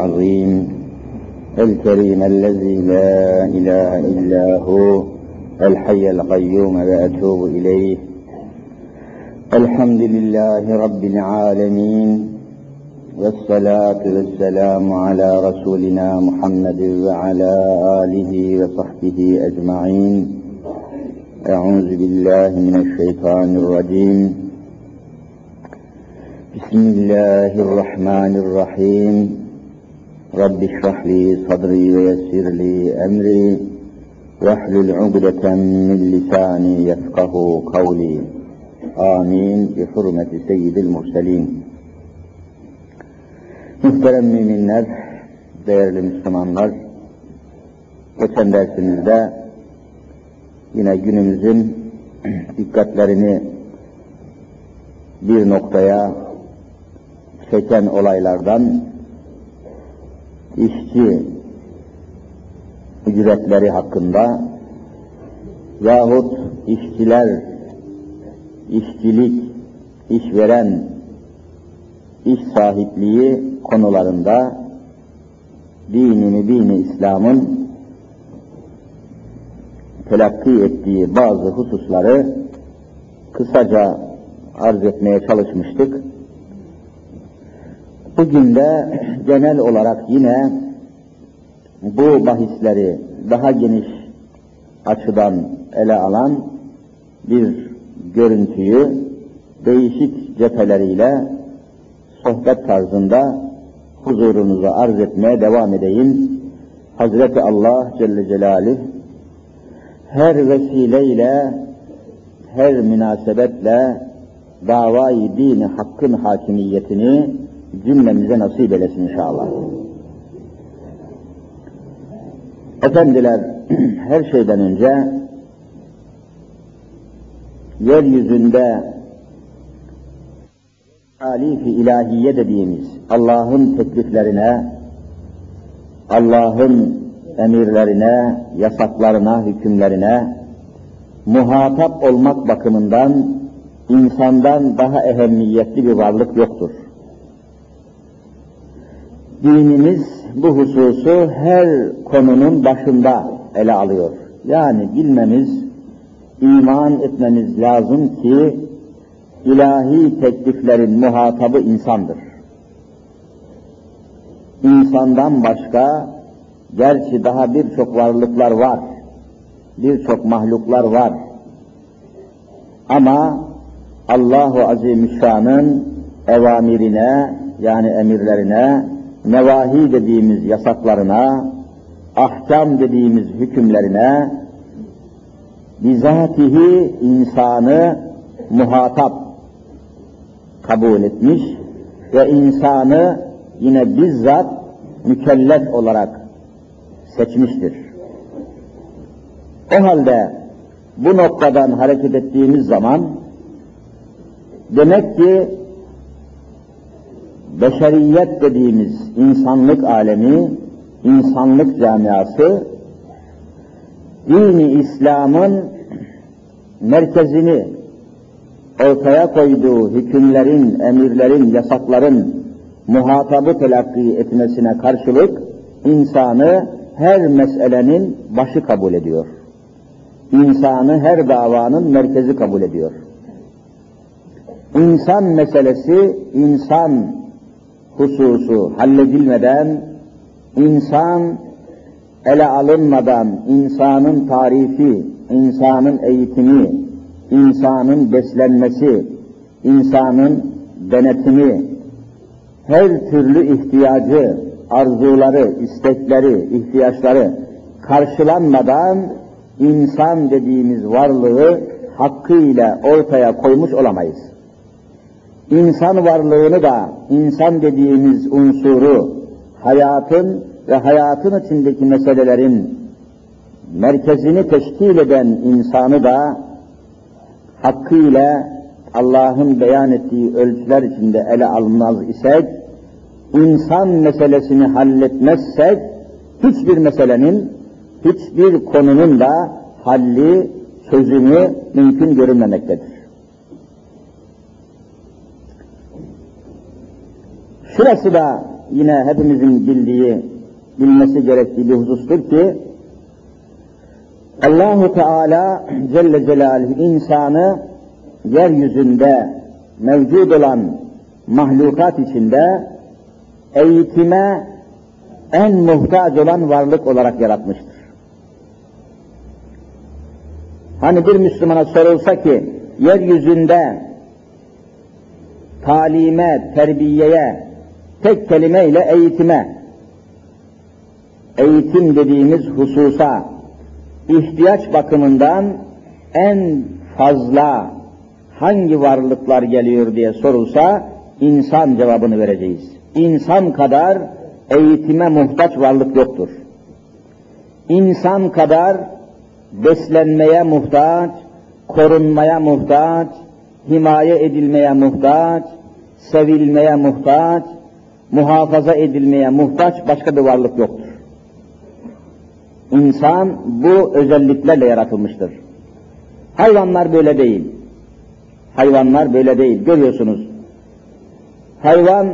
العظيم الكريم الذي لا إله إلا هو الحي القيوم وأتوب إليه. الحمد لله رب العالمين والصلاة والسلام على رسولنا محمد وعلى آله وصحبه أجمعين. أعوذ بالله من الشيطان الرجيم. بسم الله الرحمن الرحيم. رب اشرح لي صدري ويسر لي أمري واحلل عقدة من لساني يفقه قولي. آمين بحرمة سيد المرسلين. Muhterem müminler, değerli Müslümanlar, geçen dersimizde yine günümüzün dikkatlerini bir noktaya çeken olaylardan işçi ücretleri hakkında yahut işçiler, işçilik, işveren, iş sahipliği konularında dini İslam'ın telakki ettiği bazı hususları kısaca arz etmeye çalışmıştık. Bugün de genel olarak yine bu bahisleri daha geniş açıdan ele alan bir görüntüyü değişik cepheleriyle sohbet tarzında huzurunuza arz etmeye devam edeyim. Hazreti Allah Celle Celaluhu her vesileyle, her münasebetle davayı dini hakkın hakimiyetini cümlemize nasip eylesin inşallah. Efendiler, her şeyden önce yeryüzünde alif-i ilahiye dediğimiz Allah'ın tekliflerine, Allah'ın emirlerine, yasaklarına, hükümlerine muhatap olmak bakımından insandan daha ehemmiyetli bir varlık yoktur. Dinimiz bu hususu her konunun başında ele alıyor. Yani bilmemiz, iman etmemiz lazım ki ilahi tekliflerin muhatabı insandır. İnsandan başka, gerçi daha birçok varlıklar var, birçok mahluklar var. Ama Allah-u Azimüşşan'ın evamirine, yani emirlerine, nevahi dediğimiz yasaklarına, ahkam dediğimiz hükümlerine, bizatihi insanı muhatap kabul etmiş ve insanı yine bizzat mükellef olarak seçmiştir. O halde bu noktadan hareket ettiğimiz zaman demek ki beşeriyet dediğimiz insanlık alemi, insanlık camiası dini İslam'ın merkezini ortaya koyduğu hükümlerin, emirlerin, yasakların muhatabı telakki etmesine karşılık insanı her meselenin başı kabul ediyor. İnsanı her davanın merkezi kabul ediyor. İnsan meselesi, insan hususu halledilmeden, insan ele alınmadan, insanın tarifi, insanın eğitimi, insanın beslenmesi, insanın denetimi, her türlü ihtiyacı, arzuları, istekleri, ihtiyaçları karşılanmadan insan dediğimiz varlığı hakkıyla ortaya koymuş olamayız. İnsan varlığını da, insan dediğimiz unsuru, hayatın ve hayatın içindeki meselelerin merkezini teşkil eden insanı da hakkıyla Allah'ın beyan ettiği ölçüler içinde ele alınmaz isek, insan meselesini halletmezsek, hiçbir meselenin, hiçbir konunun da halli, çözümü mümkün görünmemektedir. Şurası da yine hepimizin bilmesi gerektiği bir husustur ki, Allah-u Teala Celle Celaluhu insanı yeryüzünde mevcut olan mahlukat içinde eğitime en muhtaç olan varlık olarak yaratmıştır. Hani bir Müslümana sorulsa ki, yeryüzünde talime, terbiyeye, tek kelimeyle eğitim dediğimiz hususa ihtiyaç bakımından en fazla hangi varlıklar geliyor diye sorulsa, insan cevabını vereceğiz. İnsan kadar eğitime muhtaç varlık yoktur. İnsan kadar beslenmeye muhtaç, korunmaya muhtaç, himaye edilmeye muhtaç, sevilmeye muhtaç, muhafaza edilmeye muhtaç başka bir varlık yoktur. İnsan bu özelliklerle yaratılmıştır. Hayvanlar böyle değil. Hayvanlar böyle değil. Görüyorsunuz. Hayvan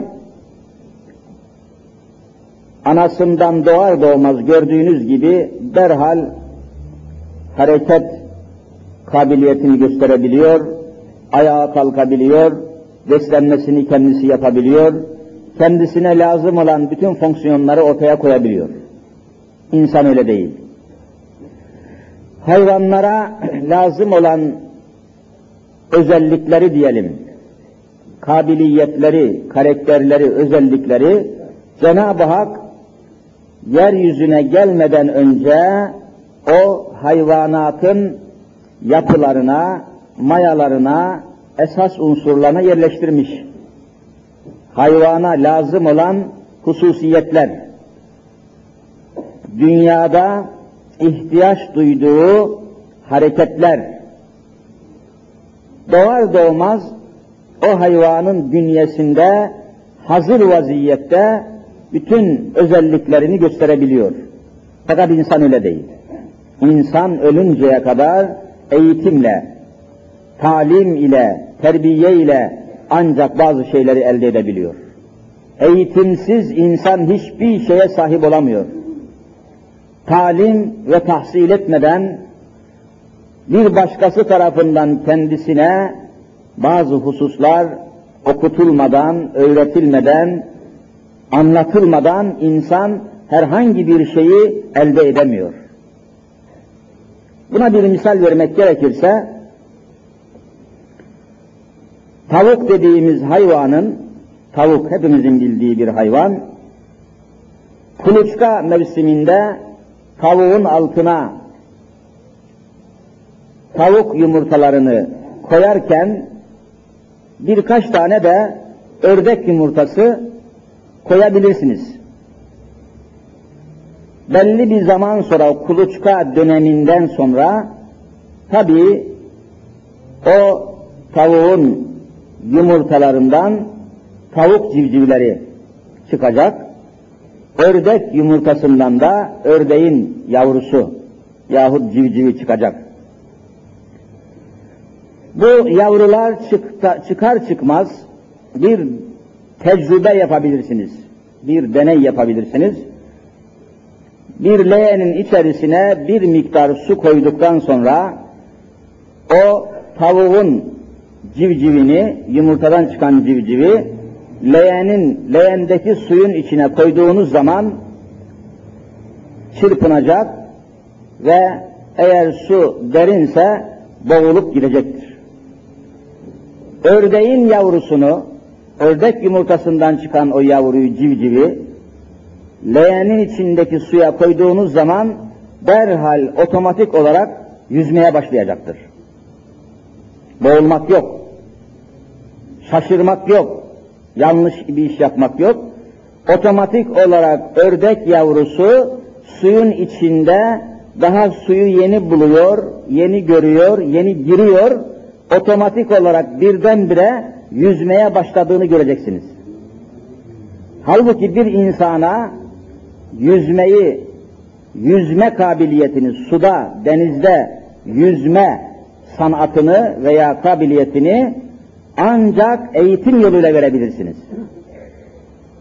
anasından doğar doğmaz gördüğünüz gibi derhal hareket kabiliyetini gösterebiliyor, ayağa kalkabiliyor, beslenmesini kendisi yapabiliyor, kendisine lazım olan bütün fonksiyonları ortaya koyabiliyor. İnsan öyle değil. Hayvanlara lazım olan özellikleri diyelim, kabiliyetleri, karakterleri, özellikleri Cenab-ı Hak yeryüzüne gelmeden önce o hayvanatın yapılarına, mayalarına, esas unsurlarına yerleştirmiş. Hayvana lazım olan hususiyetler, dünyada ihtiyaç duyduğu hareketler, doğar doğmaz o hayvanın bünyesinde hazır vaziyette bütün özelliklerini gösterebiliyor. Fakat insan öyle değil. İnsan ölünceye kadar eğitimle, talim ile, terbiye ile ancak bazı şeyleri elde edebiliyor. Eğitimsiz insan hiçbir şeye sahip olamıyor. Talim ve tahsil etmeden, bir başkası tarafından kendisine bazı hususlar okutulmadan, öğretilmeden, anlatılmadan insan herhangi bir şeyi elde edemiyor. Buna bir misal vermek gerekirse, tavuk dediğimiz hayvanın, tavuk hepimizin bildiği bir hayvan, kuluçka mevsiminde tavuğun altına tavuk yumurtalarını koyarken birkaç tane de ördek yumurtası koyabilirsiniz. Belli bir zaman sonra, kuluçka döneminden sonra tabii o tavuğun yumurtalarından tavuk civcivleri çıkacak. Ördek yumurtasından da ördeğin yavrusu yahut civcivi çıkacak. Bu yavrular çıkar çıkmaz bir tecrübe yapabilirsiniz. Bir deney yapabilirsiniz. Bir leğenin içerisine bir miktar su koyduktan sonra o tavuğun civcivini, yumurtadan çıkan civcivi leğendeki suyun içine koyduğunuz zaman çırpınacak ve eğer su derinse boğulup gidecektir. Ördeğin yavrusunu, ördek yumurtasından çıkan o yavruyu, civcivi, leğenin içindeki suya koyduğunuz zaman derhal otomatik olarak yüzmeye başlayacaktır. Boğulmak yok, şaşırmak yok, yanlış bir iş yapmak yok. Otomatik olarak ördek yavrusu suyun içinde daha suyu yeni buluyor, yeni görüyor, yeni giriyor. Otomatik olarak birdenbire yüzmeye başladığını göreceksiniz. Halbuki bir insana yüzme kabiliyetini, suda, denizde yüzme sanatını veya kabiliyetini ancak eğitim yoluyla verebilirsiniz.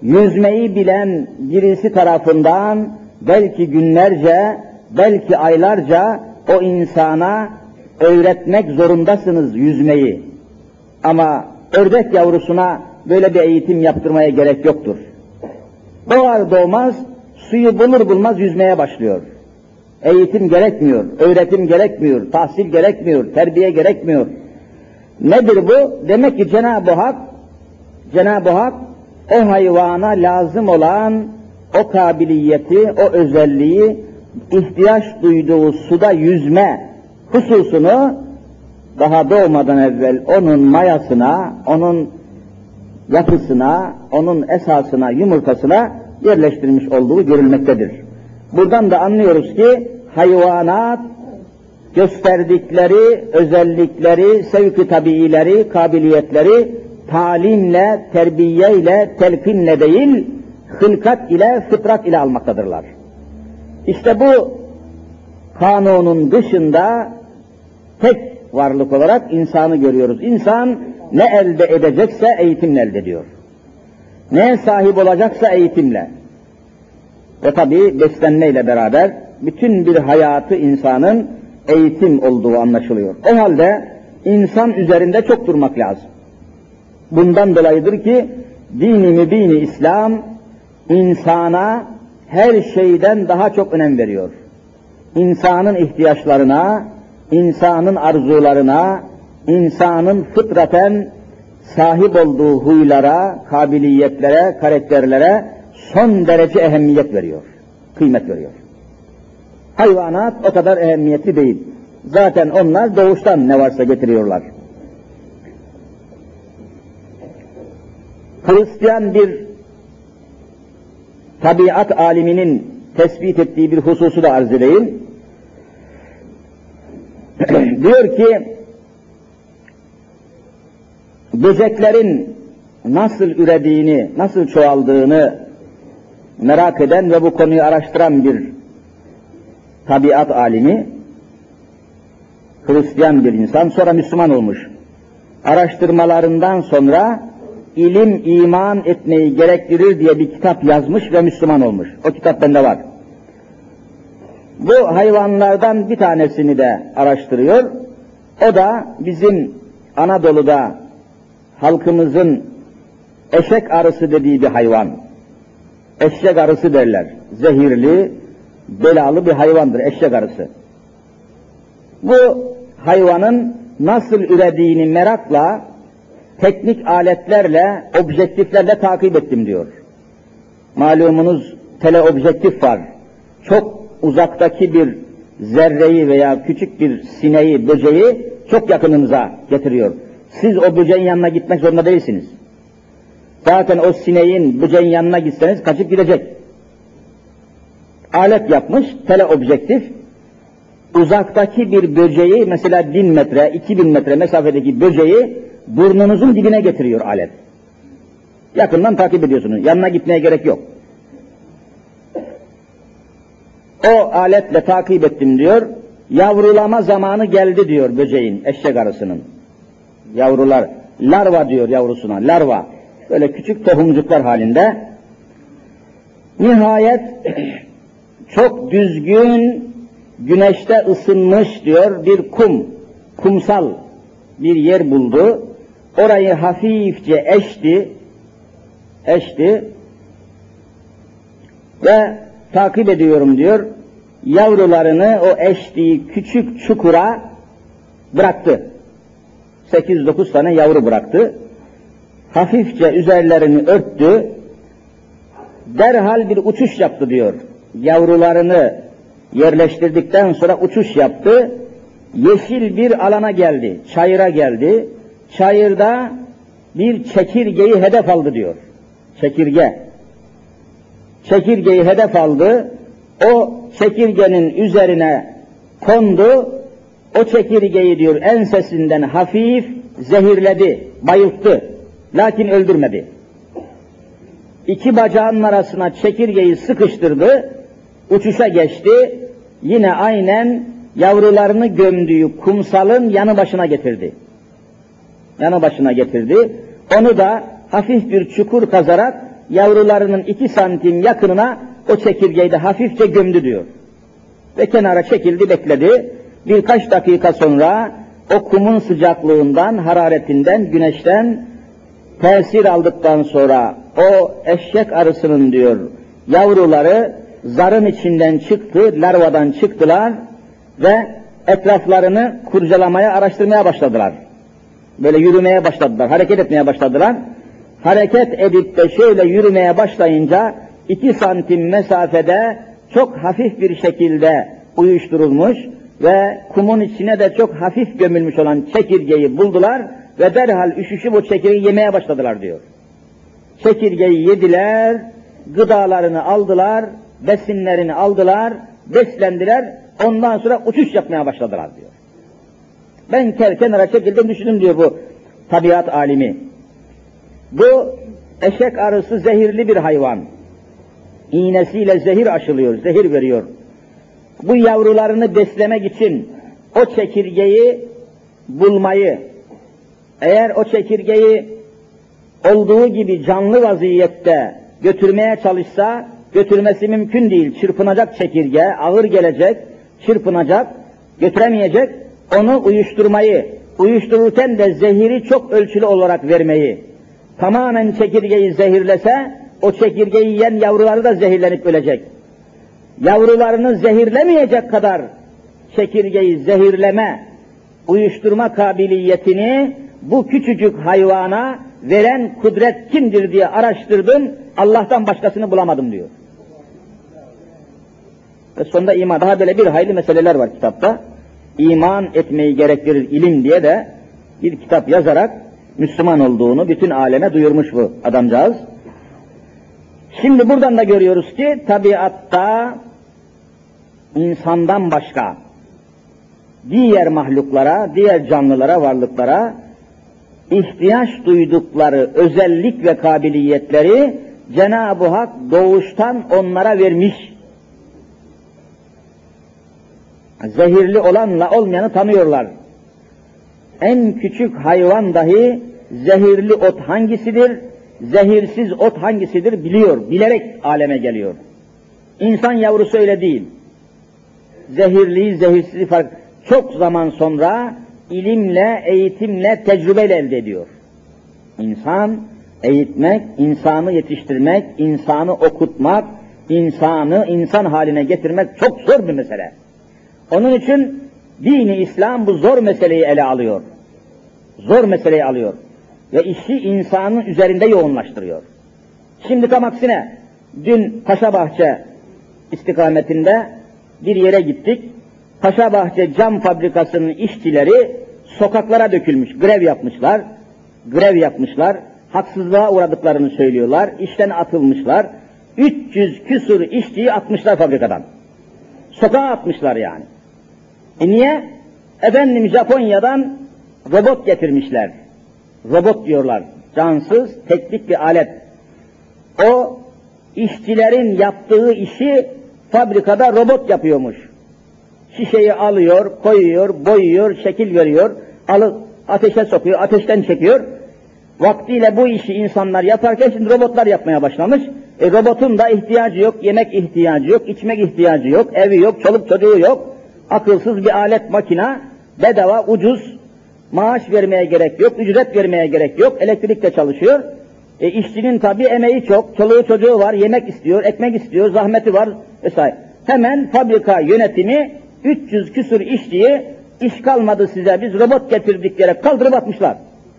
yüzmeyi bilen birisi tarafından belki günlerce, belki aylarca o insana öğretmek zorundasınız yüzmeyi. Ama ördek yavrusuna böyle bir eğitim yaptırmaya gerek yoktur. Doğar doğmaz suyu bulur bulmaz yüzmeye başlıyor. Eğitim gerekmiyor, öğretim gerekmiyor, tahsil gerekmiyor, terbiye gerekmiyor. Nedir bu? Demek ki Cenab-ı Hak o hayvana lazım olan o kabiliyeti, o özelliği, ihtiyaç duyduğu suda yüzme hususunu daha doğmadan evvel onun mayasına, onun yapısına, onun esasına, yumurtasına yerleştirilmiş olduğu görülmektedir. Buradan da anlıyoruz ki hayvanat gösterdikleri özellikleri, sevk-i tabiileri, kabiliyetleri talimle, terbiyeyle, telkinle değil, hılkat ile, fıtrat ile almaktadırlar. İşte bu kanunun dışında tek varlık olarak insanı görüyoruz. İnsan ne elde edecekse eğitimle elde ediyor. Neye sahip olacaksa eğitimle. Ve tabi beslenmeyle beraber bütün bir hayatı insanın eğitim olduğu anlaşılıyor. O halde insan üzerinde çok durmak lazım. Bundan dolayıdır ki dini mübini İslam insana her şeyden daha çok önem veriyor. İnsanın ihtiyaçlarına, insanın arzularına, insanın fıtraten sahip olduğu huylara, kabiliyetlere, karakterlere son derece ehemmiyet veriyor, kıymet veriyor. Hayvanat o kadar ehemmiyetli değil. Zaten onlar doğuştan ne varsa getiriyorlar. Hristiyan bir tabiat aliminin tespit ettiği bir hususu da arz edeyim. Diyor ki, böceklerin nasıl ürediğini, nasıl çoğaldığını merak eden ve bu konuyu araştıran bir tabiat alimi, Hristiyan bir insan, sonra Müslüman olmuş. Araştırmalarından sonra ilim iman etmeyi gerektirir diye bir kitap yazmış ve Müslüman olmuş. O kitap bende var. Bu hayvanlardan bir tanesini de araştırıyor. O da bizim Anadolu'da halkımızın eşek arısı dediği bir hayvan. Eşek arısı derler. Zehirli, belalı bir hayvandır eşek arısı. Bu hayvanın nasıl ürediğini merakla, teknik aletlerle, objektiflerle takip ettim diyor. Malumunuz teleobjektif var. Çok uzaktaki bir zerreyi veya küçük bir sineği, böceği çok yakınınıza getiriyor. Siz o böceğin yanına gitmek zorunda değilsiniz. Zaten o sineğin, böceğin yanına gitseniz kaçıp gidecek. Alet yapmış, teleobjektif. Uzaktaki bir böceği, mesela 1000 metre, 2000 metre mesafedeki böceği burnunuzun dibine getiriyor alet. Yakından takip ediyorsunuz, yanına gitmeye gerek yok. O aletle takip ettim diyor, yavrulama zamanı geldi diyor böceğin, eşek arısının. Yavrular, larva diyor yavrusuna, larva. Böyle küçük tohumcuklar halinde. Nihayet çok düzgün, güneşte ısınmış diyor bir kumsal bir yer buldu. Orayı hafifçe eşti ve takip ediyorum diyor. Yavrularını o eştiği küçük çukura bıraktı. 8-9 tane yavru bıraktı. Hafifçe üzerlerini örttü. Derhal bir uçuş yaptı diyor. Yavrularını yerleştirdikten sonra uçuş yaptı. Yeşil bir alana geldi, çayıra geldi. Çayırda bir çekirgeyi hedef aldı diyor. Çekirgeyi hedef aldı. O çekirgenin üzerine kondu. O çekirgeyi diyor ensesinden hafif zehirledi, bayılttı. Lakin öldürmedi. İki bacağının arasına çekirgeyi sıkıştırdı. Uçuşa geçti. Yine aynen yavrularını gömdüğü kumsalın yanı başına getirdi. Onu da hafif bir çukur kazarak yavrularının 2 santim yakınına o çekirgeyi de hafifçe gömdü diyor. Ve kenara çekildi, bekledi. Birkaç dakika sonra o kumun sıcaklığından, hararetinden, güneşten tesir aldıktan sonra o eşek arısının diyor yavruları zarın içinden çıktı, larvadan çıktılar ve etraflarını kurcalamaya, araştırmaya başladılar. Böyle yürümeye başladılar, hareket etmeye başladılar. Hareket edip de şöyle yürümeye başlayınca 2 santim mesafede çok hafif bir şekilde uyuşturulmuş ve kumun içine de çok hafif gömülmüş olan çekirgeyi buldular ve derhal üşüşüp o çekirgeyi yemeye başladılar diyor. Çekirgeyi yediler, gıdalarını aldılar, besinlerini aldılar, beslendiler, ondan sonra uçuş yapmaya başladılar diyor. Ben kenara çekildim, düşündüm diyor bu tabiat alimi. Bu eşek arısı zehirli bir hayvan. İğnesiyle zehir aşılıyor, zehir veriyor. Bu yavrularını beslemek için o çekirgeyi bulmayı, eğer o çekirgeyi olduğu gibi canlı vaziyette götürmeye çalışsa, götürmesi mümkün değil. Çırpınacak çekirge, ağır gelecek, çırpınacak, götüremeyecek. Onu uyuşturmayı, uyuştururken de zehiri çok ölçülü olarak vermeyi, tamamen çekirgeyi zehirlese, o çekirgeyi yiyen yavruları da zehirlenip ölecek. Yavrularını zehirlemeyecek kadar çekirgeyi zehirleme, uyuşturma kabiliyetini bu küçücük hayvana veren kudret kimdir diye araştırdım, Allah'tan başkasını bulamadım diyor. Ve sonunda iman, daha böyle bir hayli meseleler var kitapta. İman etmeyi gerektirir ilim diye de bir kitap yazarak Müslüman olduğunu bütün aleme duyurmuş bu adamcağız. Şimdi buradan da görüyoruz ki tabiatta insandan başka diğer mahluklara, diğer canlılara, varlıklara ihtiyaç duydukları özellik ve kabiliyetleri Cenab-ı Hak doğuştan onlara vermiş. Zehirli olanla olmayanı tanıyorlar. En küçük hayvan dahi zehirli ot hangisidir, zehirsiz ot hangisidir biliyor, bilerek aleme geliyor. İnsan yavrusu öyle değil. Zehirliyi, zehirsizi fark. Çok zaman sonra ilimle, eğitimle, tecrübeyle elde ediyor. İnsan eğitmek, insanı yetiştirmek, insanı okutmak, insanı insan haline getirmek çok zor bir mesele. Onun için dini İslam bu zor meseleyi ele alıyor. Zor meseleyi alıyor. Ve işi insanın üzerinde yoğunlaştırıyor. Şimdi tam aksine, dün Paşabahçe istikametinde bir yere gittik. Paşabahçe Cam Fabrikası'nın işçileri sokaklara dökülmüş, grev yapmışlar, haksızlığa uğradıklarını söylüyorlar, işten atılmışlar. 300 küsur işçiyi atmışlar fabrikadan. Sokağa atmışlar yani. Niye? Efendim Japonya'dan robot getirmişler. Robot diyorlar, cansız, teknik bir alet. O işçilerin yaptığı işi fabrikada robot yapıyormuş. Şişeyi alıyor, koyuyor, boyuyor, şekil veriyor, alıp ateşe sokuyor, ateşten çekiyor. Vaktiyle bu işi insanlar yaparken şimdi robotlar yapmaya başlamış. Robotun da ihtiyacı yok, yemek ihtiyacı yok, içmek ihtiyacı yok, evi yok, çoluk çocuğu yok. Akılsız bir alet, makina, bedava, ucuz, maaş vermeye gerek yok, ücret vermeye gerek yok, elektrikle çalışıyor. İşçinin tabii emeği çok, çoluğu çocuğu var, yemek istiyor, ekmek istiyor, zahmeti var vesaire. Hemen fabrika yönetimi 300 küsur işçiyi iş kalmadı size, biz robot getirdik diyerek kaldırıp atmışlar.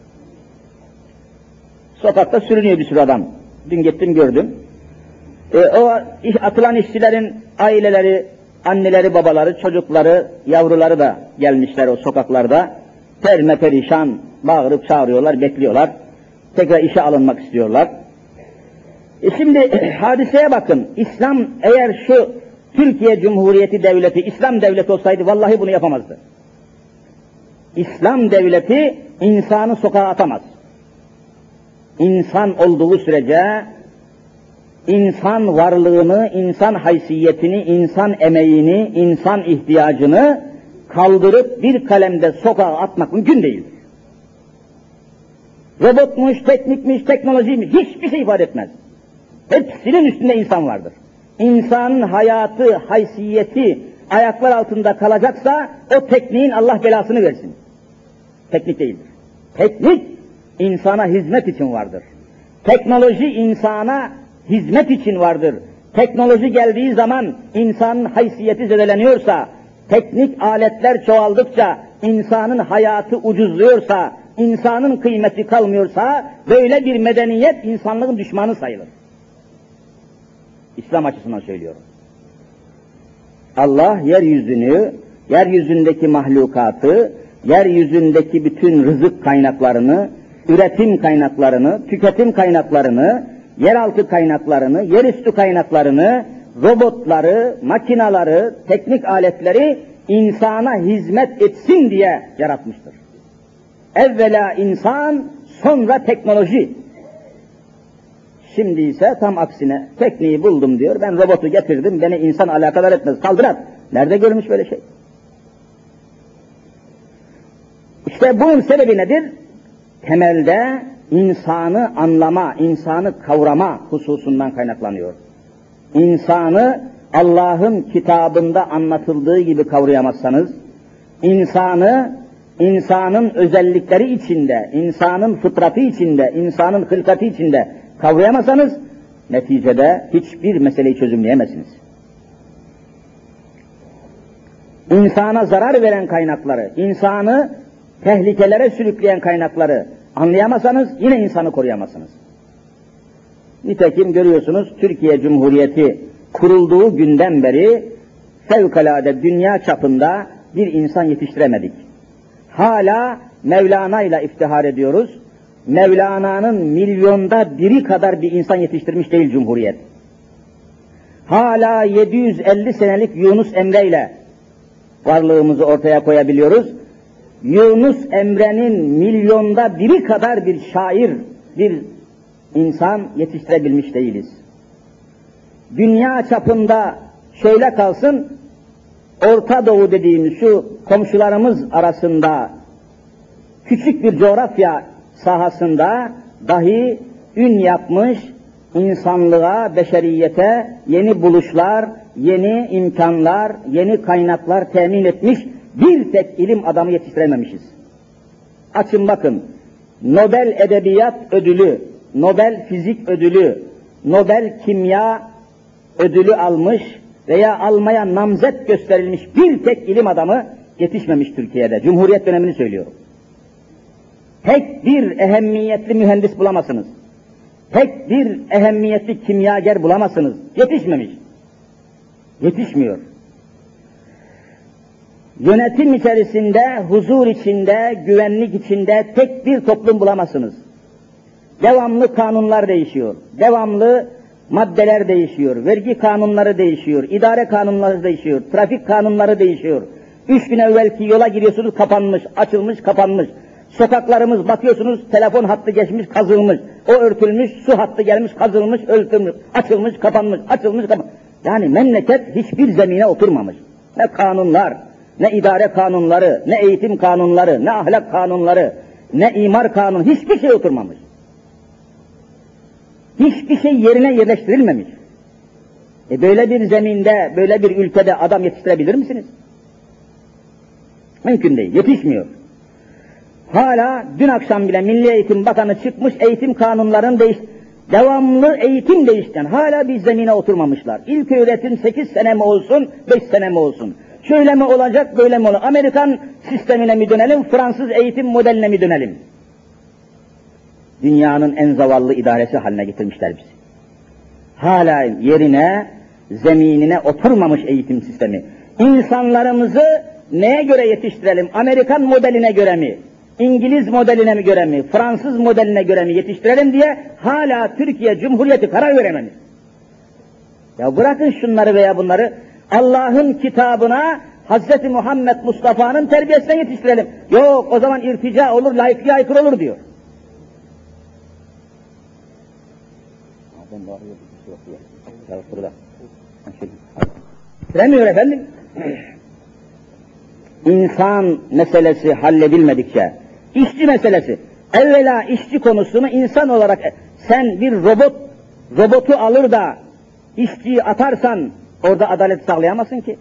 Sokakta sürünüyor bir sürü adam. Dün gittim gördüm. O atılan işçilerin aileleri, anneleri, babaları, çocukları, yavruları da gelmişler o sokaklarda. Perişan bağırıp çağırıyorlar, bekliyorlar. Tekrar işe alınmak istiyorlar. Şimdi hadiseye bakın. İslam eğer şu Türkiye Cumhuriyeti Devleti, İslam devleti olsaydı vallahi bunu yapamazdı. İslam devleti insanı sokağa atamaz. İnsan olduğu sürece insan varlığını, insan haysiyetini, insan emeğini, insan ihtiyacını kaldırıp bir kalemde sokağa atmak mümkün değil. Robotmuş, teknikmiş, teknolojiymiş, hiçbir şey ifade etmez. Hepsinin üstünde insan vardır. İnsanın hayatı, haysiyeti ayaklar altında kalacaksa o tekniğin Allah belasını versin. Teknik değildir. Teknik insana hizmet için vardır. Teknoloji insana hizmet için vardır. Teknoloji geldiği zaman insanın haysiyeti zedeleniyorsa, teknik aletler çoğaldıkça insanın hayatı ucuzluyorsa, insanın kıymeti kalmıyorsa, böyle bir medeniyet insanlığın düşmanı sayılır. İslam açısından söylüyorum. Allah yeryüzünü, yeryüzündeki mahlukatı, yeryüzündeki bütün rızık kaynaklarını, üretim kaynaklarını, tüketim kaynaklarını, yeraltı kaynaklarını, yerüstü kaynaklarını, robotları, makinaları, teknik aletleri insana hizmet etsin diye yaratmıştır. Evvela insan, sonra teknoloji. Şimdi ise tam aksine tekniği buldum diyor, ben robotu getirdim, beni insan alakadar etmez, kaldırar. Nerede görmüş böyle şey? İşte bunun sebebi nedir? Temelde insanı anlama, insanı kavrama hususundan kaynaklanıyor. İnsanı Allah'ın kitabında anlatıldığı gibi kavrayamazsanız, insanın özellikleri içinde, insanın fıtratı içinde, insanın hılkatı içinde kavrayamazsanız, neticede hiçbir meseleyi çözümleyemezsiniz. İnsana zarar veren kaynakları, insanı tehlikelere sürükleyen kaynakları anlayamazsanız yine insanı koruyamazsınız. Nitekim görüyorsunuz Türkiye Cumhuriyeti kurulduğu günden beri fevkalade dünya çapında bir insan yetiştiremedik. Hala Mevlana ile iftihar ediyoruz. Mevlana'nın milyonda biri kadar bir insan yetiştirmiş değil Cumhuriyet. Hala 750 senelik Yunus Emre ile varlığımızı ortaya koyabiliyoruz. Yunus Emre'nin milyonda biri kadar bir şair, bir insan yetiştirebilmiş değiliz. Dünya çapında şöyle kalsın, Orta Doğu dediğimiz şu komşularımız arasında küçük bir coğrafya sahasında dahi ün yapmış, insanlığa, beşeriyete yeni buluşlar, yeni imkanlar, yeni kaynaklar temin etmiş bir tek ilim adamı yetiştirememişiz. Açın bakın, Nobel Edebiyat Ödülü, Nobel Fizik Ödülü, Nobel Kimya Ödülü almış veya almaya namzet gösterilmiş bir tek ilim adamı yetişmemiş Türkiye'de. Cumhuriyet dönemini söylüyorum. Tek bir ehemmiyetli mühendis bulamazsınız. Tek bir ehemmiyetli kimyager bulamazsınız. Yetişmemiş. Yetişmiyor. Yönetim içerisinde, huzur içinde, güvenlik içinde tek bir toplum bulamazsınız. Devamlı kanunlar değişiyor. Devamlı maddeler değişiyor. Vergi kanunları değişiyor. İdare kanunları değişiyor. Trafik kanunları değişiyor. 3 gün evvelki yola giriyorsunuz kapanmış, açılmış, kapanmış. Sokaklarımız bakıyorsunuz telefon hattı geçmiş, kazılmış. O örtülmüş, su hattı gelmiş, kazılmış, örtülmüş, açılmış, kapanmış, açılmış, kapanmış. Yani memleket hiçbir zemine oturmamış. Ne kanunlar, ne idare kanunları, ne eğitim kanunları, ne ahlak kanunları, ne imar kanunu, hiçbir şey oturmamış. Hiçbir şey yerine yerleştirilmemiş. Böyle bir zeminde, böyle bir ülkede adam yetiştirebilir misiniz? Mümkün değil, yetişmiyor. Hala dün akşam bile Milli Eğitim Bakanı çıkmış, eğitim kanunlarını devamlı eğitim değiştiren, hala bir zemine oturmamışlar. İlköğretim 8 sene mi olsun, 5 sene mi olsun? Şöyle mi olacak, böyle mi olacak? Amerikan sistemine mi dönelim, Fransız eğitim modeline mi dönelim? Dünyanın en zavallı idaresi haline getirmişler bizi. Hala yerine, zeminine oturmamış eğitim sistemi. İnsanlarımızı neye göre yetiştirelim? Amerikan modeline göre mi? İngiliz modeline mi göre mi? Fransız modeline göre mi yetiştirelim diye hala Türkiye Cumhuriyeti karar verememiş. Ya bırakın şunları veya bunları, Allah'ın kitabına, Hz. Muhammed Mustafa'nın terbiyesine yetiştirelim. Yok, o zaman irtica olur, laikliğe aykırı olur diyor. Bilemiyor efendim. İnsan meselesi halledilmedikçe, işçi meselesi, evvela işçi konusunu insan olarak, sen bir robot robotu alır da işçiyi atarsan orada adalet sağlayamazsın ki.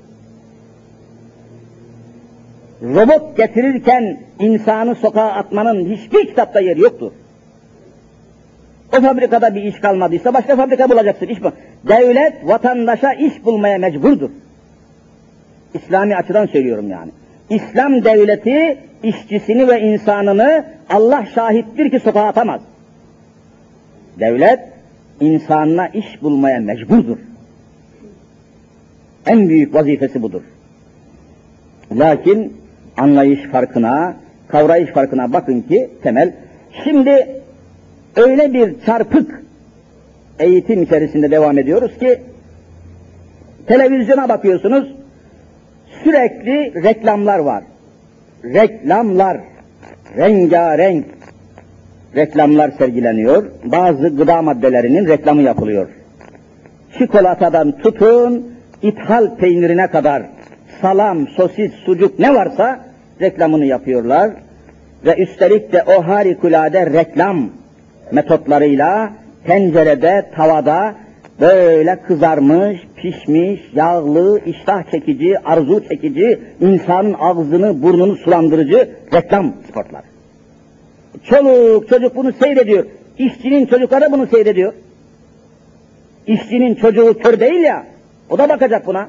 Robot getirirken insanı sokağa atmanın hiçbir kitapta yeri yoktur. O fabrikada bir iş kalmadıysa başka fabrika bulacaksın. İş bu. Devlet vatandaşa iş bulmaya mecburdur. İslami açıdan söylüyorum yani. İslam devleti işçisini ve insanını Allah şahittir ki sokağa atamaz. Devlet insanına iş bulmaya mecburdur. En büyük vazifesi budur. Lakin anlayış farkına, kavrayış farkına bakın ki temel. Şimdi öyle bir çarpık eğitim içerisinde devam ediyoruz ki televizyona bakıyorsunuz, sürekli reklamlar var. Reklamlar, rengarenk reklamlar sergileniyor. Bazı gıda maddelerinin reklamı yapılıyor. Çikolatadan tutun, ithal peynirine kadar, salam, sosis, sucuk ne varsa reklamını yapıyorlar. Ve üstelik de o harikulade reklam metotlarıyla tencerede, tavada böyle kızarmış, pişmiş, yağlı, iştah çekici, arzu çekici, insanın ağzını, burnunu sulandırıcı reklam spotlar. Çoluk çocuk bunu seyrediyor. İşçinin çocukları bunu seyrediyor. İşçinin çocuğu kör değil ya, o da bakacak buna.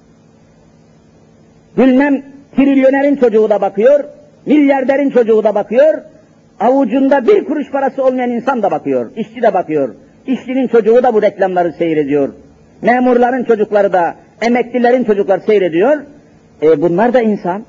Bilmem trilyonerin çocuğu da bakıyor, milyarderin çocuğu da bakıyor, avucunda bir kuruş parası olmayan insan da bakıyor, işçi de bakıyor. İşçinin çocuğu da bu reklamları seyrediyor. Memurların çocukları da, emeklilerin çocukları seyrediyor. Bunlar da insan.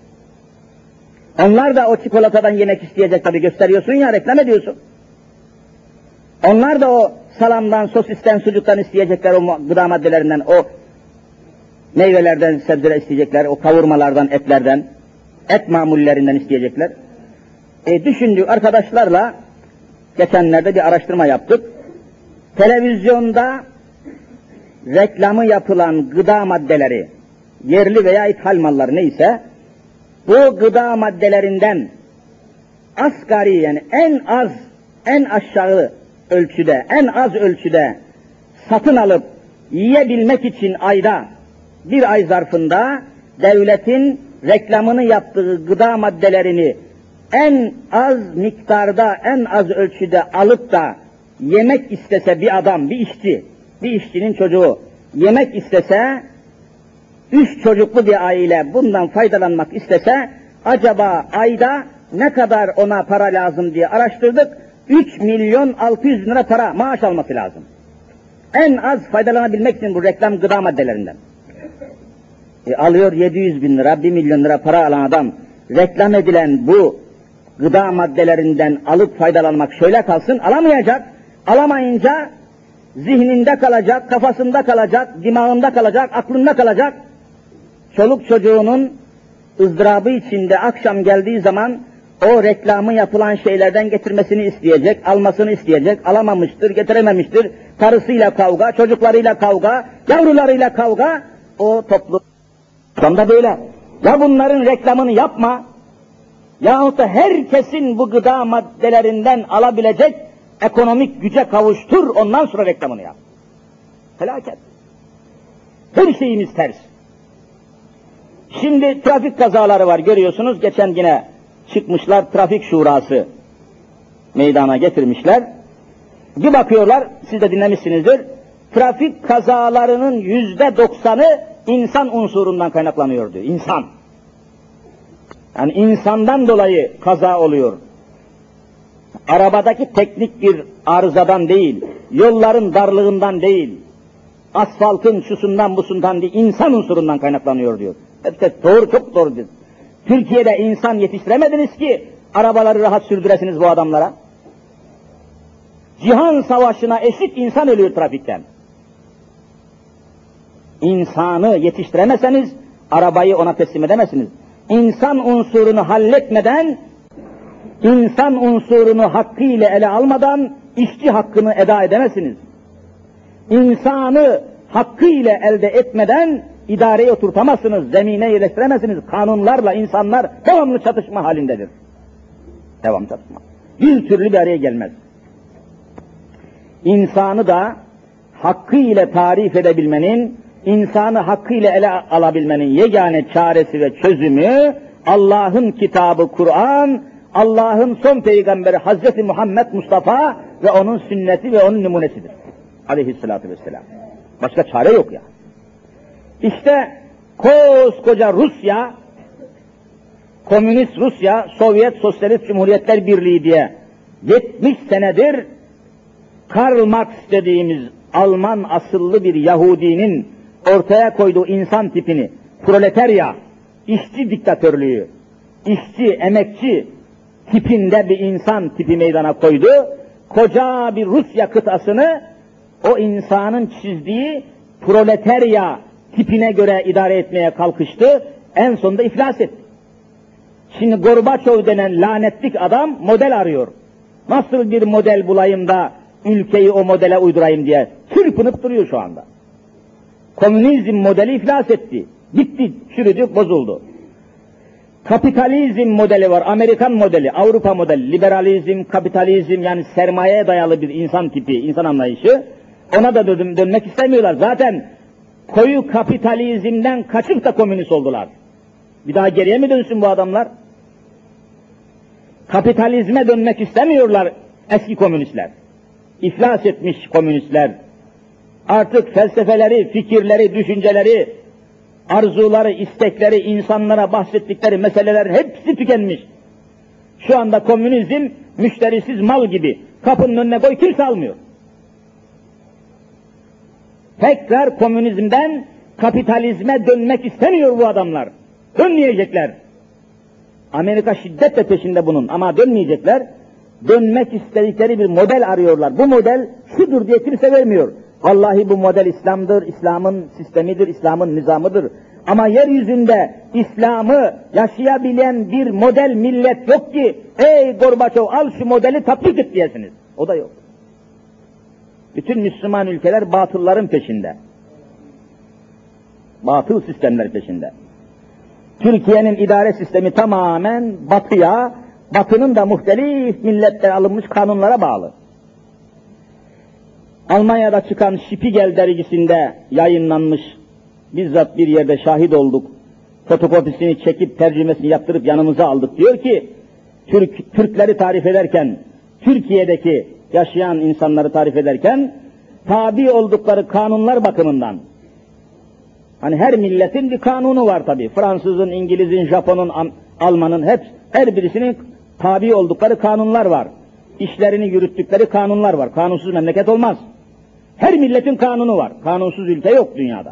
Onlar da o çikolatadan yemek isteyecek tabii, gösteriyorsun ya, reklam ediyorsun. Onlar da o salamdan, sosisten, sucuktan isteyecekler, o gıda maddelerinden, o meyvelerden, sebzeler isteyecekler, o kavurmalardan, etlerden, et mamullerinden isteyecekler. Düşündük arkadaşlarla, geçenlerde bir araştırma yaptık. Televizyonda reklamı yapılan gıda maddeleri, yerli veya ithal mallar neyse, bu gıda maddelerinden asgari, yani en aşağı ölçüde, en az ölçüde satın alıp yiyebilmek için ayda, bir ay zarfında devletin reklamını yaptığı gıda maddelerini en az miktarda, en az ölçüde alıp da yemek istese bir adam, bir işçinin çocuğu yemek istese, 3 çocuklu bir aile bundan faydalanmak istese, acaba ayda ne kadar ona para lazım diye araştırdık. 3.600.000 lira para maaş alması lazım. En az faydalanabilmek için bu reklam gıda maddelerinden. Alıyor 700.000 lira, 1 milyon lira para alan adam, reklam edilen bu gıda maddelerinden alıp faydalanmak şöyle kalsın, alamayacak. Alamayınca zihninde kalacak, kafasında kalacak, dimağında kalacak, aklında kalacak. Çoluk çocuğunun ızdırabı içinde akşam geldiği zaman o reklamı yapılan şeylerden getirmesini isteyecek, almasını isteyecek, alamamıştır, getirememiştir. Karısıyla kavga, çocuklarıyla kavga, yavrularıyla kavga, o toplum da böyle. Ya bunların reklamını yapma, yahut da herkesin bu gıda maddelerinden alabilecek ekonomik güce kavuştur, ondan sonra reklamını yap. Felaket. Her şeyimiz ters. Şimdi trafik kazaları var, görüyorsunuz. Geçen yine çıkmışlar, trafik şurası meydana getirmişler. Bir bakıyorlar, siz de dinlemişsinizdir. Trafik kazalarının %90'ı insan unsurundan kaynaklanıyor diyor. İnsan. Yani insandan dolayı kaza oluyor. Arabadaki teknik bir arızadan değil, yolların darlığından değil, asfaltın şusundan busundan değil, insan unsurundan kaynaklanıyor diyor. Hepsi doğru, çok doğru diyor. Türkiye'de insan yetiştiremediniz ki arabaları rahat sürdüresiniz bu adamlara. Cihan savaşına eşit insan ölüyor trafikten. İnsanı yetiştiremezseniz arabayı ona teslim edemezsiniz. İnsan unsurunu halletmeden, insan unsurunu hakkıyla ele almadan işçi hakkını eda edemezsiniz. İnsanı hakkıyla elde etmeden idareye oturtamazsınız, zemine yerleştiremezsiniz. Kanunlarla insanlar devamlı çatışma halindedir. Devam çatışma. Bir türlü bir araya gelmez. insanı da hakkıyla tarif edebilmenin, insanı hakkıyla ele alabilmenin yegane çaresi ve çözümü Allah'ın kitabı Kur'an, Allah'ın son peygamberi Hazreti Muhammed Mustafa ve onun sünneti ve onun numunesidir. Aleyhissalatu vesselam. Başka çare yok ya. İşte koskoca Rusya, Komünist Rusya, Sovyet Sosyalist Cumhuriyetler Birliği diye 70 senedir Karl Marx dediğimiz Alman asıllı bir Yahudinin ortaya koyduğu insan tipini, proletarya, işçi diktatörlüğü, işçi, emekçi tipinde bir insan tipi meydana koydu. Koca bir Rusya kıtasını o insanın çizdiği proletarya tipine göre idare etmeye kalkıştı. En sonunda iflas etti. Şimdi Gorbaçov denen lanetlik adam model arıyor. Nasıl bir model bulayım da ülkeyi o modele uydurayım diye çırpınıp duruyor şu anda. Komünizm modeli iflas etti. Gitti, çürüdü, bozuldu. Kapitalizm modeli var, Amerikan modeli, Avrupa modeli, liberalizm, kapitalizm, yani sermayeye dayalı bir insan tipi, insan anlayışı. Ona da dönmek istemiyorlar. Zaten koyu kapitalizmden kaçıp da komünist oldular. Bir daha geriye mi dönsün bu adamlar? Kapitalizme dönmek istemiyorlar eski komünistler. İflas etmiş komünistler. Artık felsefeleri, fikirleri, düşünceleri, arzuları, istekleri, insanlara bahsettikleri meseleler hepsi tükenmiş. Şu anda komünizm müşterisiz mal gibi. Kapının önüne koy, kimse almıyor. Tekrar komünizmden kapitalizme dönmek istemiyor bu adamlar. Dönmeyecekler. Amerika şiddetle peşinde bunun ama dönmeyecekler. Dönmek istedikleri bir model arıyorlar. Bu model şudur diye kimse vermiyor. Vallahi bu model İslam'dır, İslam'ın sistemidir, İslam'ın nizamıdır. Ama yeryüzünde İslam'ı yaşayabilen bir model millet yok ki, ey Gorbaçov al şu modeli tatbik et diyesiniz. O da yok. Bütün Müslüman ülkeler batılların peşinde. Batıl sistemler peşinde. Türkiye'nin idare sistemi tamamen batıya, batının da muhtelif milletlere alınmış kanunlara bağlı. Almanya'da çıkan Spiegel dergisinde yayınlanmış, bizzat bir yerde şahit olduk, fotokopisini çekip tercümesini yaptırıp yanımıza aldık. Diyor ki, Türkleri tarif ederken, Türkiye'deki yaşayan insanları tarif ederken, tabi oldukları kanunlar bakımından, hani her milletin bir kanunu var tabi, Fransızın, İngiliz'in, Japon'un, Alman'ın, her birisinin tabi oldukları kanunlar var. İşlerini yürüttükleri kanunlar var. Kanunsuz memleket olmaz. Her milletin kanunu var. Kanunsuz ülke yok dünyada.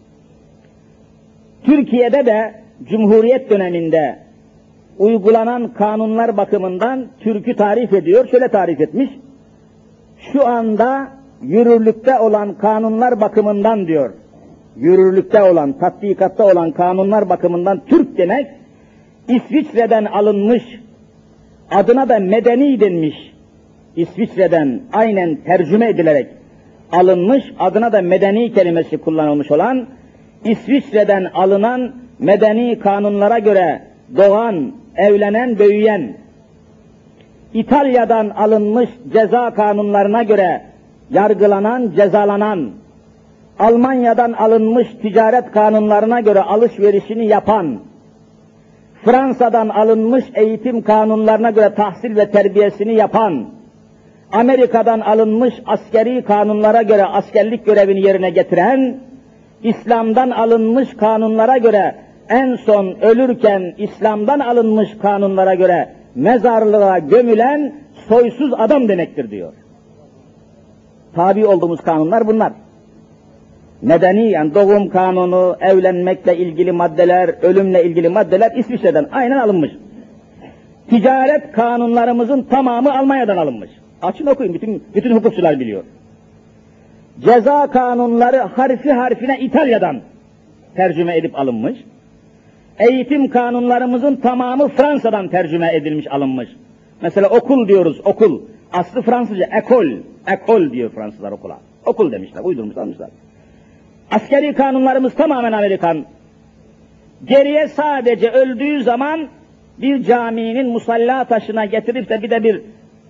Türkiye'de de Cumhuriyet döneminde uygulanan kanunlar bakımından Türk'ü tarif ediyor. Şöyle tarif etmiş. Şu anda yürürlükte olan kanunlar bakımından diyor. Yürürlükte olan, tatbikatta olan kanunlar bakımından Türk demek, İsviçre'den alınmış, adına da medeni denmiş. İsviçre'den aynen tercüme edilerek alınmış, adına da medeni kelimesi kullanılmış olan, İsviçre'den alınan medeni kanunlara göre doğan, evlenen, büyüyen, İtalya'dan alınmış ceza kanunlarına göre yargılanan, cezalanan, Almanya'dan alınmış ticaret kanunlarına göre alışverişini yapan, Fransa'dan alınmış eğitim kanunlarına göre tahsil ve terbiyesini yapan, Amerika'dan alınmış askeri kanunlara göre askerlik görevini yerine getiren, İslam'dan alınmış kanunlara göre en son ölürken İslam'dan alınmış kanunlara göre mezarlığa gömülen soysuz adam demektir diyor. Tabi olduğumuz kanunlar bunlar. Medeni, yani doğum kanunu, evlenmekle ilgili maddeler, ölümle ilgili maddeler İsviçre'den aynen alınmış. Ticaret kanunlarımızın tamamı Almanya'dan alınmış. Açın okuyun, bütün hukukçular biliyor. Ceza kanunları harfi harfine İtalya'dan tercüme edip alınmış. Eğitim kanunlarımızın tamamı Fransa'dan tercüme edilmiş, alınmış. Mesela okul diyoruz, okul. Aslı Fransızca, ekol diyor Fransızlar okula. Okul demişler, uydurmuşlar, almışlar. Askeri kanunlarımız tamamen Amerikan. Geriye sadece öldüğü zaman bir caminin musalla taşına getirip de bir de bir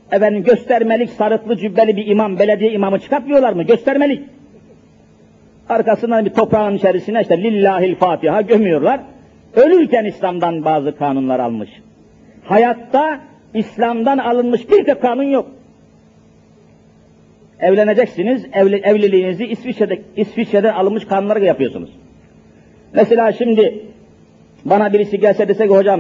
Efendim göstermelik sarıklı cübbeli bir imam, belediye imamı çıkartmıyorlar mı? Göstermelik. Arkasından bir toprağın içerisine işte Lillahil Fatiha gömüyorlar. Ölürken İslam'dan bazı kanunlar almış. Hayatta İslam'dan alınmış bir tek kanun yok. Evleneceksiniz, evliliğinizi İsviçre'den alınmış kanunlara yapıyorsunuz. Mesela şimdi bana birisi gelse dese ki hocam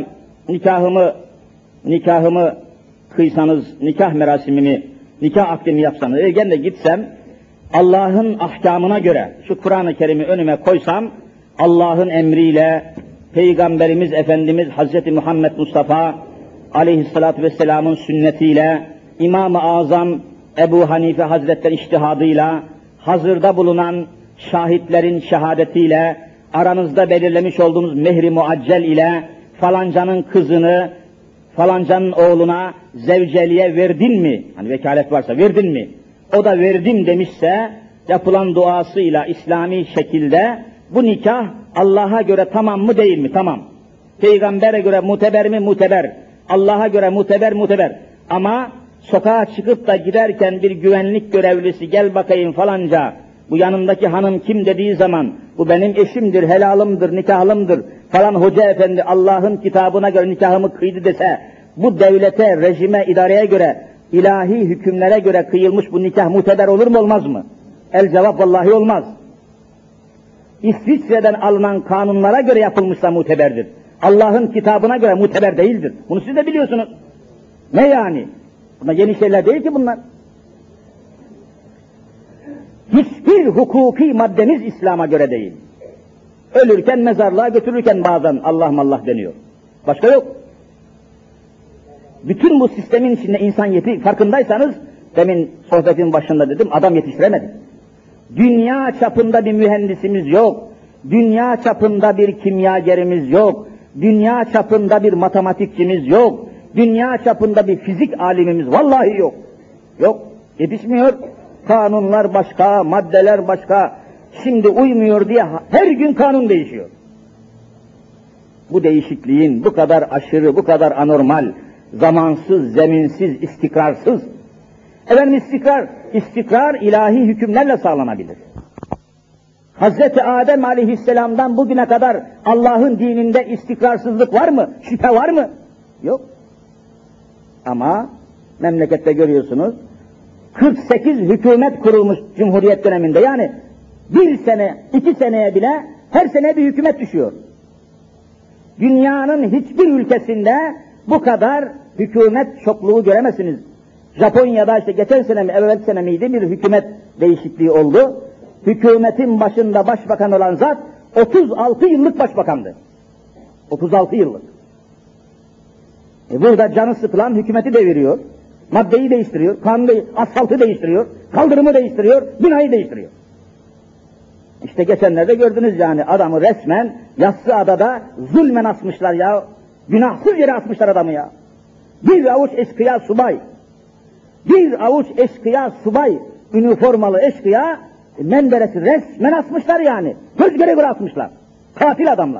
nikahımı kıysanız, nikah merasimimi, nikah akdimi yapsanız, gene de gitsem Allah'ın ahkamına göre şu Kur'an-ı Kerim'i önüme koysam, Allah'ın emriyle Peygamberimiz Efendimiz Hazreti Muhammed Mustafa aleyhissalatü vesselamın sünnetiyle, İmam-ı Azam Ebu Hanife Hazretleri içtihadıyla, hazırda bulunan şahitlerin şehadetiyle, aranızda belirlemiş olduğunuz mehri muaccel ile falancanın kızını falancanın oğluna zevceliğe verdin mi? Hani vekalet varsa verdin mi? O da verdim demişse yapılan duasıyla İslami şekilde bu nikah Allah'a göre tamam mı değil mi? Tamam. Peygambere göre muteber mi? Muteber. Allah'a göre muteber. Ama sokağa çıkıp da giderken bir güvenlik görevlisi gel bakayım falanca, bu yanımdaki hanım kim dediği zaman, bu benim eşimdir, helalımdır, nikahlımdır falan hoca efendi Allah'ın kitabına göre nikahımı kıydı dese, bu devlete, rejime, idareye göre, ilahi hükümlere göre kıyılmış bu nikah muteber olur mu olmaz mı? El cevap vallahi olmaz. İsviçre'den alınan kanunlara göre yapılmışsa muteberdir. Allah'ın kitabına göre muteber değildir. Bunu siz de biliyorsunuz. Ne yani? Bunlar yeni şeyler değil ki bunlar. Hiçbir hukuki maddemiz İslam'a göre değil. Ölürken mezarlığa götürürken bazen Allah deniyor. Başka yok. Bütün bu sistemin içinde insan farkındaysanız, demin sohbetin başında dedim, adam yetiştiremedik. Dünya çapında bir mühendisimiz yok. Dünya çapında bir kimyagerimiz yok. Dünya çapında bir matematikçimiz yok. Dünya çapında bir fizik alimimiz vallahi yok. Yok, yetişmiyor. Kanunlar başka, maddeler başka. Şimdi uymuyor diye her gün kanun değişiyor. Bu değişikliğin bu kadar aşırı, bu kadar anormal, zamansız, zeminsiz, istikrarsız. Efendim istikrar ilahi hükümlerle sağlanabilir. Hazreti Adem aleyhisselamdan bugüne kadar Allah'ın dininde istikrarsızlık var mı? Şüphe var mı? Yok. Ama memlekette görüyorsunuz, 48 hükümet kurulmuş Cumhuriyet döneminde, yani bir sene, 2 seneye bile her sene bir hükümet düşüyor. Dünyanın hiçbir ülkesinde bu kadar hükümet çokluğu göremezsiniz. Japonya'da işte geçen sene mi, evvel sene miydi bir hükümet değişikliği oldu. Hükümetin başında başbakan olan zat 36 yıllık başbakandı. 36 yıllık. Burada canı sıkılan hükümeti deviriyor, maddeyi değiştiriyor, asfaltı değiştiriyor, kaldırımı değiştiriyor, binayı değiştiriyor. İşte geçenlerde gördünüz yani adamı resmen Yassıada'da zulmen asmışlar ya. Günahsız yere asmışlar adamı ya. Bir avuç eşkıya subay, üniformalı eşkıya Menderes'i resmen asmışlar yani. Göz göre göre asmışlar. Katil adamlar.